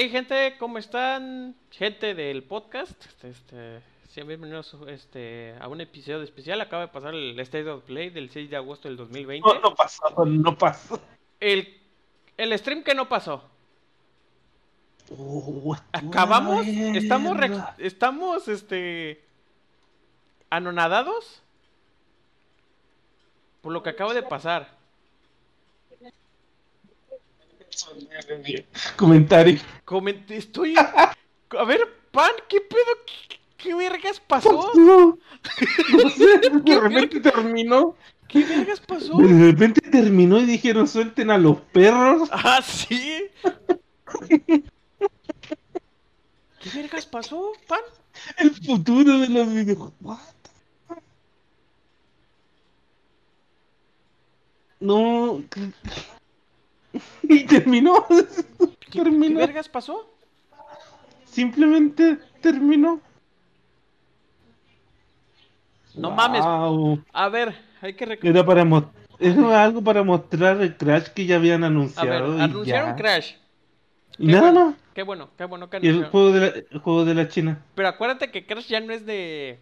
Hey gente, ¿cómo están? Gente del podcast, sean bienvenidos a un episodio especial. Acaba de pasar el State of Play del 6 de agosto del No, 2020. no pasó, no pasó. El, el stream que no pasó. Estuvo de la Acabamos, verga. estamos, anonadados por lo que acaba de pasar. Comentario. Estoy, a ver, Pan, ¿qué pedo? ¿Qué vergas pasó? Pasó. No sé, de ¿Qué repente verga- terminó. ¿Qué vergas pasó? De repente terminó y dijeron suelten a los perros. Ah, sí. ¿Qué vergas pasó, Pan? El futuro de los videojuegos. What? No. Y terminó. ¿Qué Terminó. vergas pasó? Simplemente terminó. No mames. Wow. A ver, hay que Era para a ver, era algo para mostrar el crash que ya habían a ver, anunciado y anunciaron ya. Crash. Y nada más. Qué bueno que Y el anunciaron. juego el juego de la China. Pero acuérdate que Crash ya no es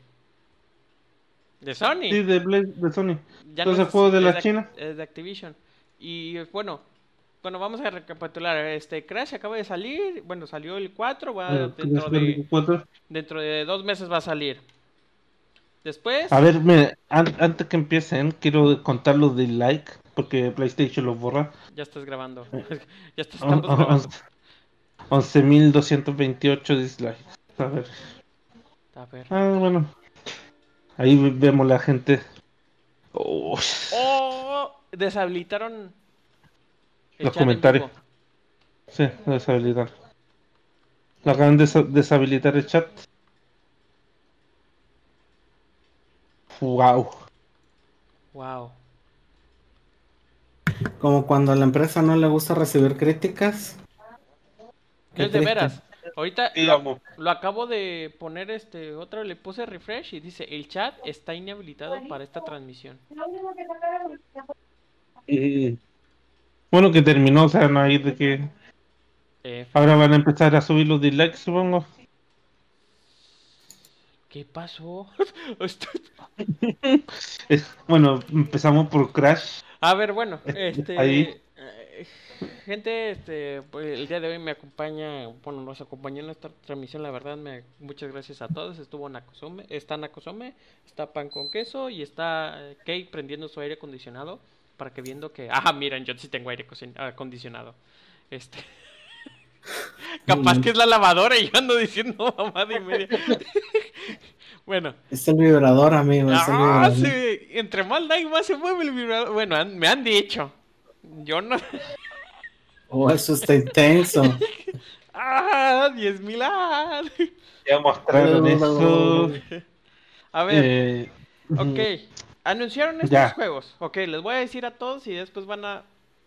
de Sony. Sí, de Sony. Ya no Entonces el juego de la China. es de Activision. Y bueno, vamos a recapitular. Crash acaba de salir. Bueno, salió el 4. Va Crash Bandicoot 4. dentro de 2 meses va a salir. Después, A ver, antes que empiecen, quiero contar los dislikes, porque PlayStation los borra. ya estás grabando. On- Estamos on- grabando. 11.228 dislikes. A ver. A ver. Bueno. Ahí vemos la gente. Oh, Oh, deshabilitaron el los chat en comentarios. vivo. Sí, deshabilitar. Lo acaban de deshabilitar el chat. Wow. Wow. Como cuando a la empresa no le gusta recibir críticas. No Qué es de triste. veras. Ahorita Digamos. lo acabo de poner otra, le puse refresh y dice, el chat está inhabilitado para esta transmisión. Bueno, que terminó, o sea, no hay de que. F. Ahora van a empezar a subir los dislikes, supongo. ¿Qué pasó? Bueno, empezamos por Crash. A ver, bueno, Ahí. gente, pues, el día de hoy me acompaña, bueno, nos acompañó en esta transmisión, la verdad, muchas gracias a todos. Estuvo Nakosome, está Pan con Queso y está Kate prendiendo su aire acondicionado para que viendo que, miren, yo sí tengo aire acondicionado. Este, capaz que es la lavadora y yo ando diciendo mamada y media. Bueno, Es el vibrador, amigo, es el vibrador. sí, entre más like más se mueve el vibrador. Bueno, me han dicho. Yo no. Oh, eso está intenso. 10,000. Ya mostraron eso. A ver, Eh, ok. Anunciaron estos ya. juegos. Ok, les voy a decir a todos y después van a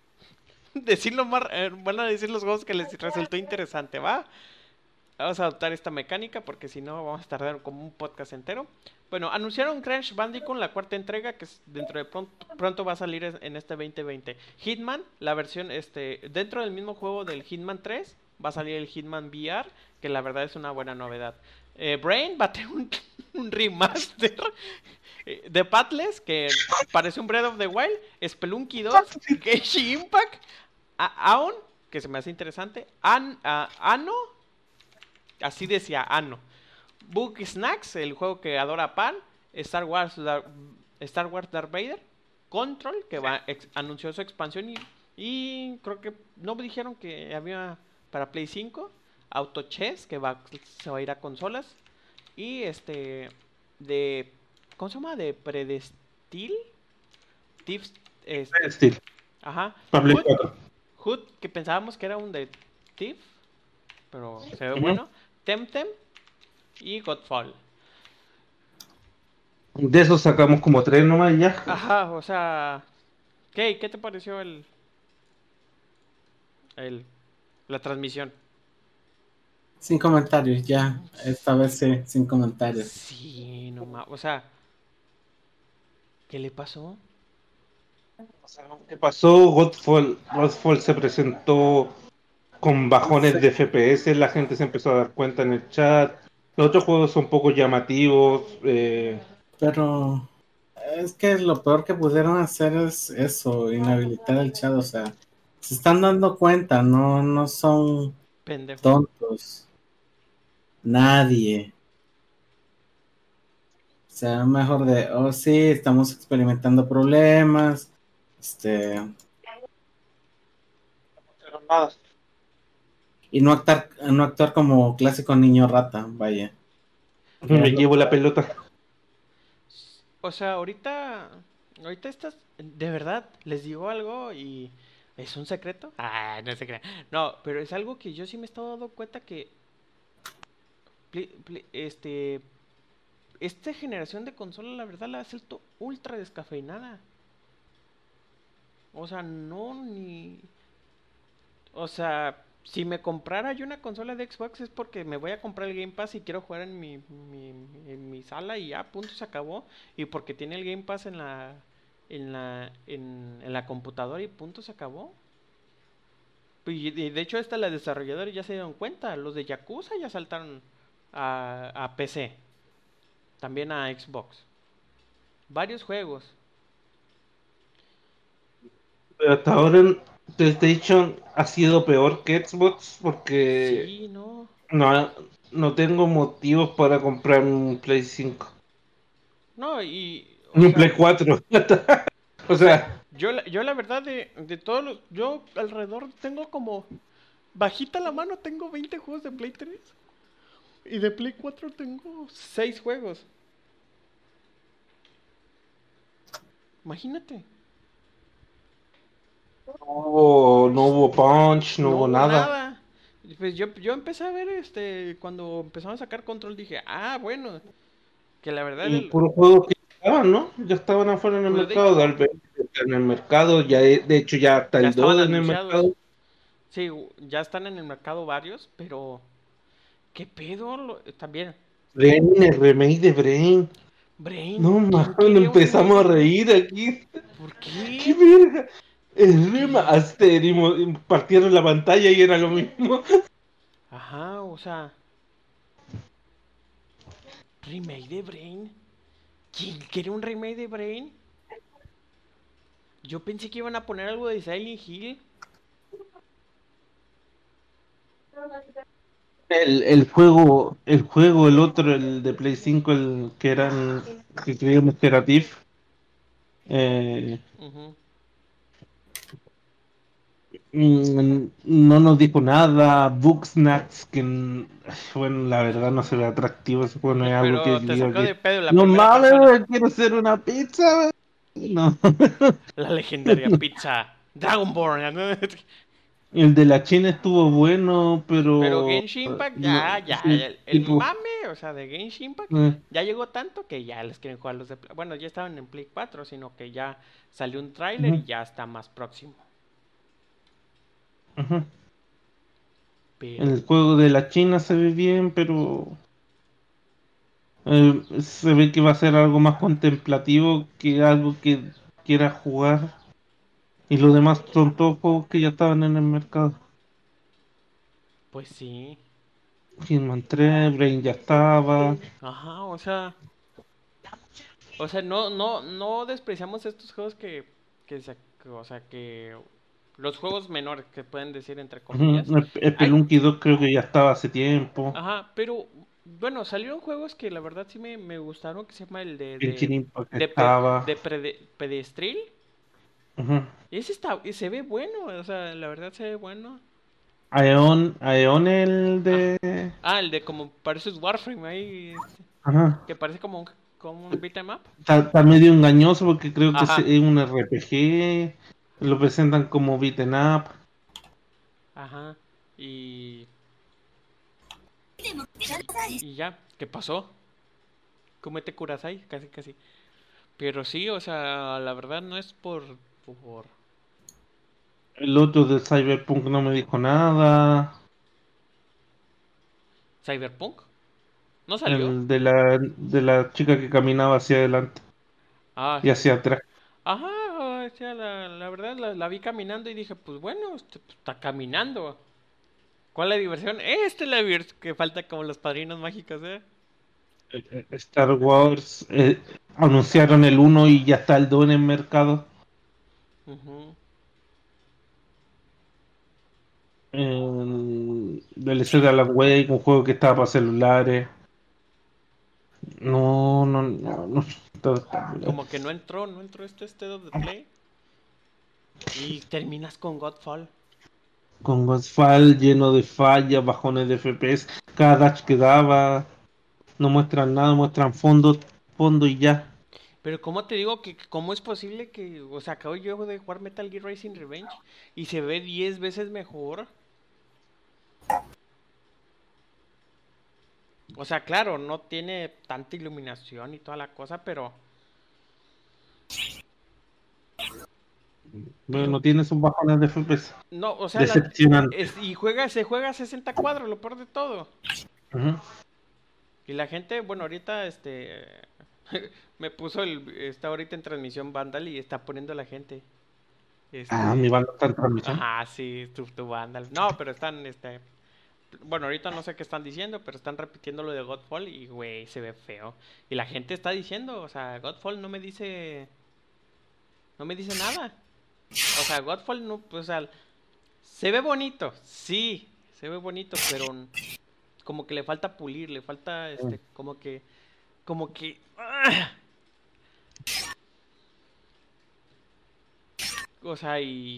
van a decir los juegos que les resultó interesante, ¿va? Vamos a adoptar esta mecánica porque si no vamos a tardar como un podcast entero. Bueno, anunciaron Crash Bandicoot, la cuarta entrega, que es dentro de pronto va a salir en este 2020. Hitman, la versión, dentro del mismo juego del Hitman 3, va a salir el Hitman VR, que la verdad es una buena novedad. Brain va a tener un remaster de Pathless, que parece un Breath of the Wild. Spelunky 2, Genshin Impact, Aon, que se me hace interesante, Anno, así decía Anno. Book Snacks, el juego que adora Pan. Star Wars Darth Vader. Control, que anunció su expansión y creo que no me dijeron que había para Play 5. Auto Chess, que se va a ir a consolas. Y de ¿cómo se llama? De Predestil. Tips, Steel. ajá. Para Play Hood, 4. Hood, que pensábamos que era un de Thief, pero se ve Ujú. bueno. Temtem y Godfall. De esos sacamos como 3 nomás ya. Ajá, o sea, ¿qué te pareció el la transmisión? Sin comentarios, ya. Esta vez sí, sin comentarios. Sí, no más, o sea, ¿qué le pasó? O sea, ¿qué pasó? Godfall se presentó con No bajones sé, de FPS, la gente se empezó a dar cuenta en el chat. Los otros juegos son poco llamativos. pero es que lo peor que pudieron hacer es eso, inhabilitar el chat, o sea, se están dando cuenta, no son Pendejos. tontos, nadie. O sea, mejor de, oh sí, estamos experimentando problemas, este, Pero nada. y no actuar como clásico niño rata, vaya. Que Me es lo llevo la pelota. O sea, ahorita estás, de verdad, les digo algo y es un secreto. Ah, no se crea. No, pero es algo que yo sí me he estado dando cuenta que esta generación de consola, la verdad, la ha vuelto ultra descafeinada. O sea, no ni, o sea, si me comprara yo una consola de Xbox es porque me voy a comprar el Game Pass y quiero jugar en mi sala y ya, punto, se acabó. Y porque tiene el Game Pass en la computadora y punto, se acabó. Y de hecho, esta la desarrolladora ya se dieron cuenta. Los de Yakuza ya saltaron a PC, también a Xbox. Varios juegos. Pero hasta ahora en PlayStation ha sido peor que Xbox porque Sí, no. no, no tengo motivos para comprar un Play 5. No, y, o Ni un Play sea, 4. O O sea, sea, yo la verdad de todos los... Yo alrededor tengo como... Bajita la mano tengo 20 juegos de Play 3. Y de Play 4 tengo 6 juegos. Imagínate. no hubo Punch, no No hubo hubo nada. nada. Pues yo empecé a ver cuando empezaron a sacar control dije, ah, bueno, que la verdad Y puros juegos que estaban, ¿no? Ya estaban afuera en el pues de mercado. hecho Dalbe está en el mercado. Ya de hecho ya está ya el estaban 2 en el anunciados. mercado. Sí, ya están en el mercado varios, pero ¿qué pedo? También Brain, el remake de Brain. Brain, No ¿quién mames, quería un remake empezamos a de Brain? reír aquí. ¿Por ¡Qué qué? verga! ¿Por El qué? remaster y partieron la pantalla y era lo mismo. Ajá, o sea, remake de Brain. ¿Quién quiere un remake de Brain? Yo pensé que iban a poner algo de Silent Hill. El otro, el de Play 5, el que eran, que creíamos que era TIFF, eh, Ujú. no nos dijo nada. Bugsnax, bueno, la verdad no se ve atractivo ese juego, no es algo que Pero te digo sacó de que, pedo la no primera persona. mames, quiero hacer una pizza. No. La legendaria pizza Dragonborn, ¿no? El de la China estuvo bueno, Pero pero Genshin Impact, no, ya, sí, el tipo, mame, o sea, de Genshin Impact eh, ya llegó tanto que ya les quieren jugar los de bueno, ya estaban en Play 4, sino que ya salió un tráiler y ujú, ya está más próximo. ujú. Pero, El juego de la China se ve bien, pero se ve que va a ser algo más contemplativo que algo que quiera jugar. Y los demás son todos juegos que ya estaban en el mercado. pues sí. Hitman 3, Brain ya estaba. Ajá, o sea, no despreciamos estos juegos o sea, que los juegos menores que pueden decir entre Ujú. comillas. El Hay, Spelunky 2 creo que ya estaba hace tiempo. ajá, pero bueno, salieron juegos que la verdad sí me gustaron, que se llama el de Genshin de Impact de, pe- estaba. de Pedestriel. Ujú. Y se ve bueno, o sea, la verdad se ve bueno. Aeon el Ah, de. el de como parece Warframe ahí, Ajá. que parece como un beat 'em up. Está medio engañoso porque creo que Ajá, es un RPG. Lo presentan como beaten up. ajá. Y y ya, ¿qué pasó? Comete Kurasai, casi casi. Pero sí, o sea, la verdad no es por El otro de Cyberpunk no me dijo nada. Cyberpunk. ¿No salió? El de la chica que caminaba hacia adelante Ah, y hacia atrás. ajá, o sea, la verdad la vi caminando y dije, pues bueno, pues, está caminando. ¿Cuál es la diversión? Esta es la diversión que falta como los padrinos mágicos, Star Wars anunciaron el uno y ya está el 2 en el mercado. Ujú. El DLC de Alan Wake, un juego que estaba para celulares. No. Como que no entró este State of the Play. Y terminas con Godfall. Con Godfall lleno de fallas, bajones de FPS, cada dash que daba, no muestran nada, muestran fondo y ya. Pero ¿cómo te digo que cómo es posible que, o sea, acabo yo de jugar Metal Gear Rising Revenge y se ve 10 veces mejor? O sea, claro, no tiene tanta iluminación y toda la cosa, pero Bueno, no tiene sus bajones de FPS. no, o sea, Decepcionante. se juega a 60 cuadros, lo peor de todo. Ujú. Y la gente, bueno, ahorita me puso está ahorita en transmisión Vandal y está poniendo la gente. Mi Este, banda está en transmisión. ajá, sí, tu Vandal. No, pero están bueno, ahorita no sé qué están diciendo, pero están repitiendo lo de Godfall y güey, se ve feo. Y la gente está diciendo, o sea, Godfall no me dice nada. O sea, Godfall no, o sea, se ve bonito, sí, se ve bonito, pero como que le falta pulir, le falta como que o sea,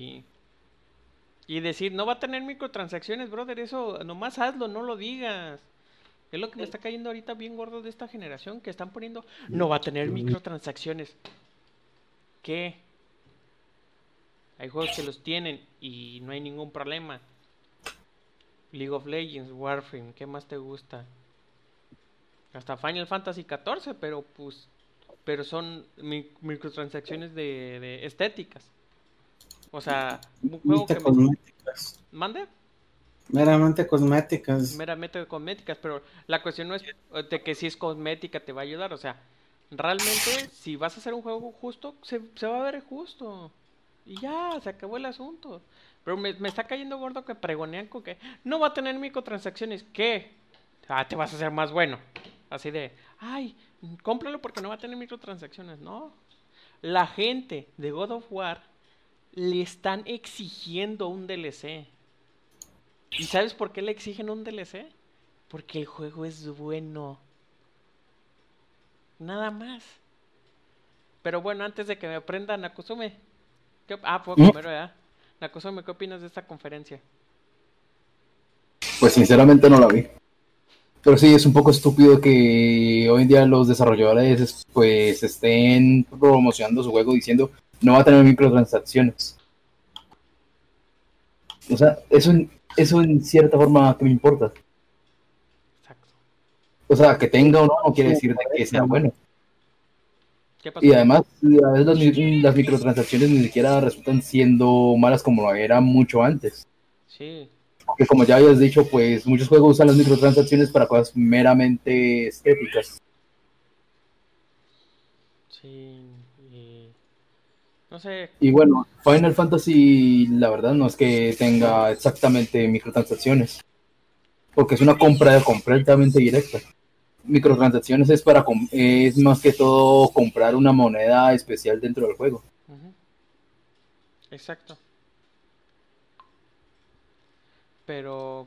y decir, no va a tener microtransacciones, brother, eso nomás hazlo, no lo digas. Es lo que me está cayendo ahorita bien gordo de esta generación, que están poniendo, no va a tener microtransacciones. ¿Qué? Hay juegos que los tienen y no hay ningún problema. League of Legends, Warframe, ¿qué más te gusta? Hasta Final Fantasy XIV, pero son microtransacciones de estéticas. O sea, un juego Meramente que me cosméticas. mande Meramente cosméticas. meramente cosméticas, pero la cuestión no es de que si es cosmética te va a ayudar, o sea, realmente si vas a hacer un juego justo, se va a ver justo. Y ya, se acabó el asunto. Pero me está cayendo gordo que pregonean con que no va a tener microtransacciones. ¿Qué? Te vas a hacer más bueno. Así de, ay, cómpralo porque no va a tener microtransacciones. No. La gente de God of War le están exigiendo un DLC. ¿Y sabes por qué le exigen un DLC? Porque el juego es bueno. Nada más. Pero bueno, antes de que me aprendan, Nakusume. Puedo ¿Mm? comer, ¿verdad? Nakusume, ¿qué opinas de esta conferencia? Pues sinceramente no la vi. Pero sí, es un poco estúpido que hoy en día los desarrolladores pues estén promocionando su juego diciendo no va a tener microtransacciones. O sea, eso en cierta forma que me importa. Exacto. O sea, que tenga o no, no quiere decir de que sea bueno. ¿Qué pasó? Y además, a veces las microtransacciones ni siquiera resultan siendo malas como lo era mucho antes. Sí, Porque como ya habías dicho, pues muchos juegos usan las microtransacciones para cosas meramente estéticas. sí. Y no sé. Y bueno, Final Fantasy, la verdad, no es que tenga exactamente microtransacciones, porque es una compra completamente directa. Microtransacciones es más que todo comprar una moneda especial dentro del juego. Ujú, exacto. Pero,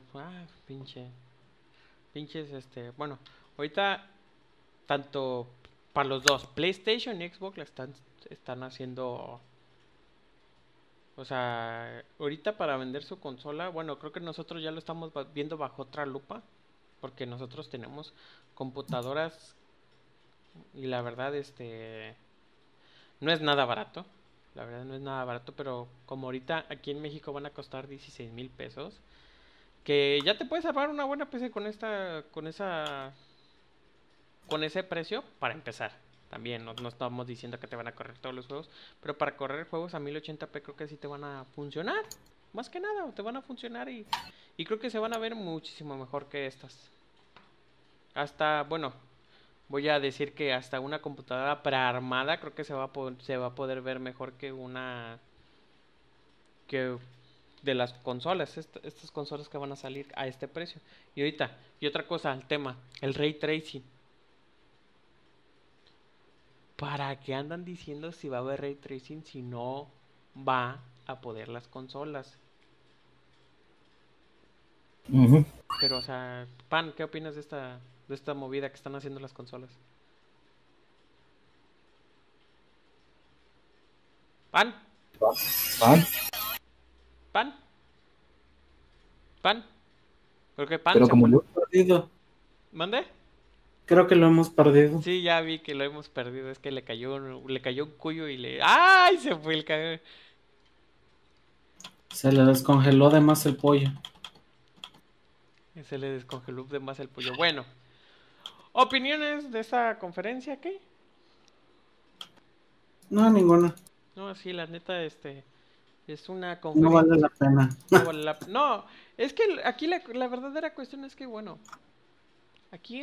pinches, bueno, ahorita tanto para los dos, PlayStation y Xbox están haciendo, o sea, ahorita para vender su consola, bueno, creo que nosotros ya lo estamos viendo bajo otra lupa, porque nosotros tenemos computadoras y la verdad, no es nada barato, la verdad no es nada barato, pero como ahorita aquí en México van a costar 16,000 pesos, que ya te puedes armar una buena PC con ese precio para empezar. También no estamos diciendo que te van a correr todos los juegos, pero para correr juegos a 1080p creo que sí te van a funcionar. Más que nada, te van a funcionar y creo que se van a ver muchísimo mejor que estas. Hasta, bueno, voy a decir que hasta una computadora prearmada creo que se va a poder ver mejor que una que de las consolas, estas consolas que van a salir a este precio. Y ahorita, y otra cosa, el tema, el ray tracing. ¿Para qué andan diciendo si va a haber ray tracing si no va a poder las consolas? Ujú. Pero, o sea, Pan, ¿qué opinas de esta movida que están haciendo las consolas? Pan, ¿Ah? pan, pan. Creo que Pan Pero se como fue. yo, Perdido. ¿Mande? Creo que lo hemos perdido. Sí, ya vi que lo hemos perdido. Es que le cayó un cuyo y le. ¡Ay! Se fue el cagado. Se le descongeló de más el pollo. Se le descongeló de más el pollo. Bueno, ¿opiniones de esta conferencia? ¿Qué? No, ninguna. No, sí, la neta, es una No conferencia. vale la pena. No vale no, es que aquí la verdadera cuestión es que, bueno, aquí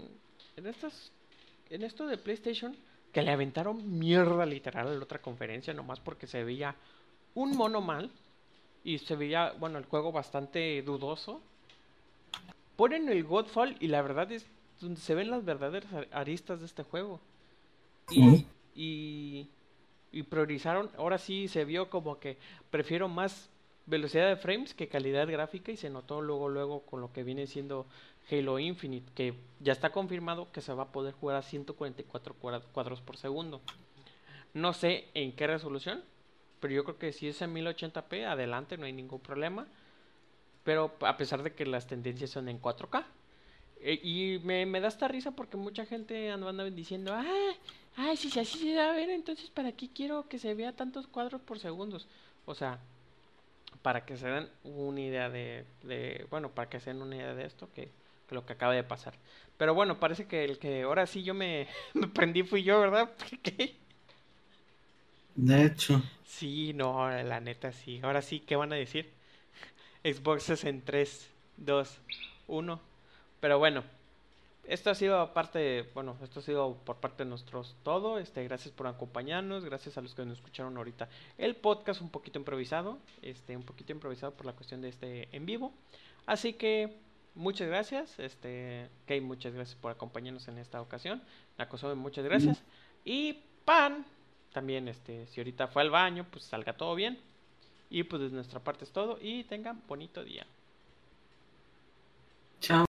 en esto de PlayStation, que le aventaron mierda literal a la otra conferencia, nomás porque se veía un mono mal y se veía, bueno, el juego bastante dudoso. Ponen el Godfall y la verdad es donde se ven las verdaderas aristas de este juego. Ujú. Y priorizaron, ahora sí se vio como que prefiero más velocidad de frames que calidad gráfica y se notó luego con lo que viene siendo Halo Infinite, que ya está confirmado que se va a poder jugar a 144 cuadros por segundo. No sé en qué resolución, pero yo creo que si es en 1080p, adelante, no hay ningún problema. Pero a pesar de que las tendencias son en 4K. Y me da esta risa porque mucha gente anda diciendo, ay, si así se da a ver, entonces ¿para qué quiero que se vea tantos cuadros por segundos? O sea, para que se den una idea bueno, para que se den una idea de esto, que lo que acaba de pasar. Pero bueno, parece que el que ahora sí yo me prendí fui yo, ¿verdad? ¿Qué? De hecho, Sí, no, la neta sí. Ahora sí, ¿qué van a decir? Xbox es en 3, 2, 1. Pero bueno, esto ha sido esto ha sido por parte de nosotros todo. Gracias por acompañarnos, gracias a los que nos escucharon ahorita. El podcast un poquito improvisado, un poquito improvisado por la cuestión de en vivo. Así que muchas gracias, Kay, muchas gracias por acompañarnos en esta ocasión. Nakosome, muchas gracias. Y Pan, también, si ahorita fue al baño, pues salga todo bien. Y pues de nuestra parte es todo y tengan bonito día. chao.